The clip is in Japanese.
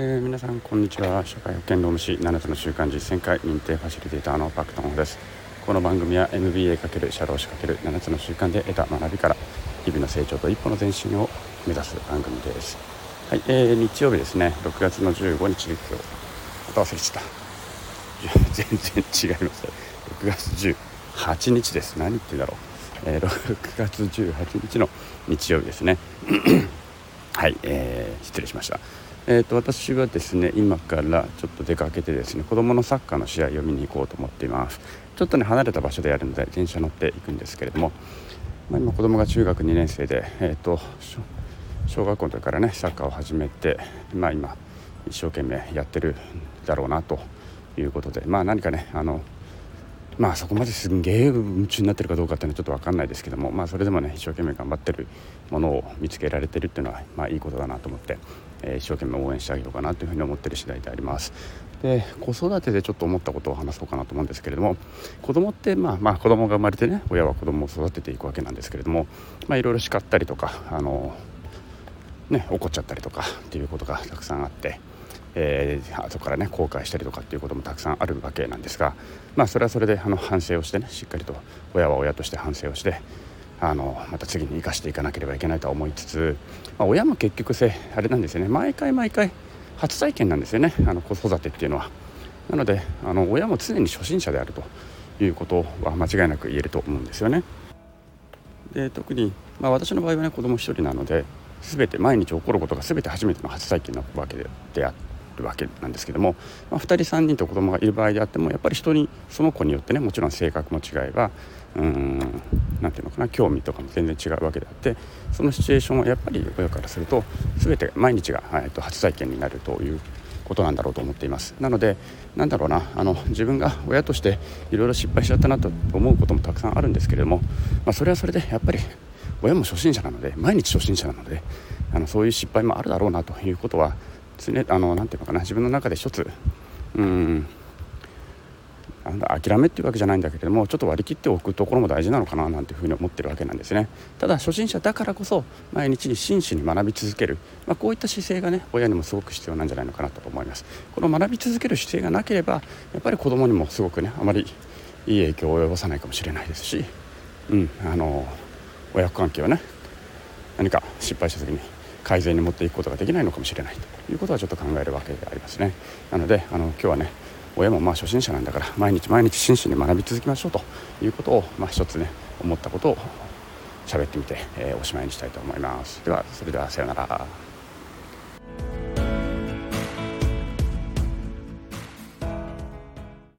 皆さんこんにちは。社会保険労務士7つの習慣実践会認定ファシリテーターのパクトンです。この番組は MBA× 社労士 ×7 つの習慣で得た学びから日々の成長と一歩の前進を目指す番組です。はい、日曜日ですね。6月の15日今日また忘れちゃった全然違います。6月18日です。何言ってんだろう。6月18日の日曜日ですねはい、失礼しました。私はですね、今からちょっと出かけてですね、子どものサッカーの試合を見に行こうと思っています。ちょっとね離れた場所でやるので電車乗っていくんですけれども、今子どもが中学2年生で、小学校の時からねサッカーを始めて、今一生懸命やってるだろうなということで、何かねそこまですんげえ夢中になってるかどうかっていうのはちょっと分かんないですけども、それでもね一生懸命頑張ってるものを見つけられてるっていうのは、いいことだなと思って、一生懸命応援してあげようかなというふうに思ってる次第であります。で、子育てでちょっと思ったことを話そうかなと思うんですけれども、子供って子供が生まれてね、親は子供を育てていくわけなんですけれども、いろいろ叱ったりとか怒っちゃったりとかっていうことがたくさんあって、後からね後悔したりとかっていうこともたくさんあるわけなんですが、それはそれで反省をしてね、しっかりと親は親として反省をしてまた次に生かしていかなければいけないとは思いつつ、親も結局あれなんですよね、毎回初体験なんですよね、子育てっていうのは。なので親も常に初心者であるということは間違いなく言えると思うんですよね。で、特に、私の場合はね子供一人なので、全て毎日起こることが全て初めての初体験なわけであるわけなんですけども、2人3人と子供がいる場合であっても、やっぱりその子によってね、もちろん性格も違えばなんていうのかな、興味とかも全然違うわけであって、そのシチュエーションはやっぱり親からすると全て毎日が、初体験になるということなんだろうと思っています。なので自分が親としていろいろ失敗しちゃったなと思うこともたくさんあるんですけれども、それはそれでやっぱり親も初心者なので、毎日初心者なので、そういう失敗もあるだろうなということは常なんていうのかな、自分の中で一つ諦めっていうわけじゃないんだけれども、ちょっと割り切っておくところも大事なのかななんていうふうに思ってるわけなんですね。ただ初心者だからこそ毎日に真摯に学び続ける、こういった姿勢がね親にもすごく必要なんじゃないのかなと思います。この学び続ける姿勢がなければ、やっぱり子供にもすごくねあまりいい影響を及ぼさないかもしれないですし、親子関係はね何か失敗した時に改善に持っていくことができないのかもしれないということはちょっと考えるわけでありますね。なので今日はね、親も初心者なんだから毎日真摯に学び続けましょうということを、一つね思ったことを喋ってみて、おしまいにしたいと思います。ではそれではさようなら。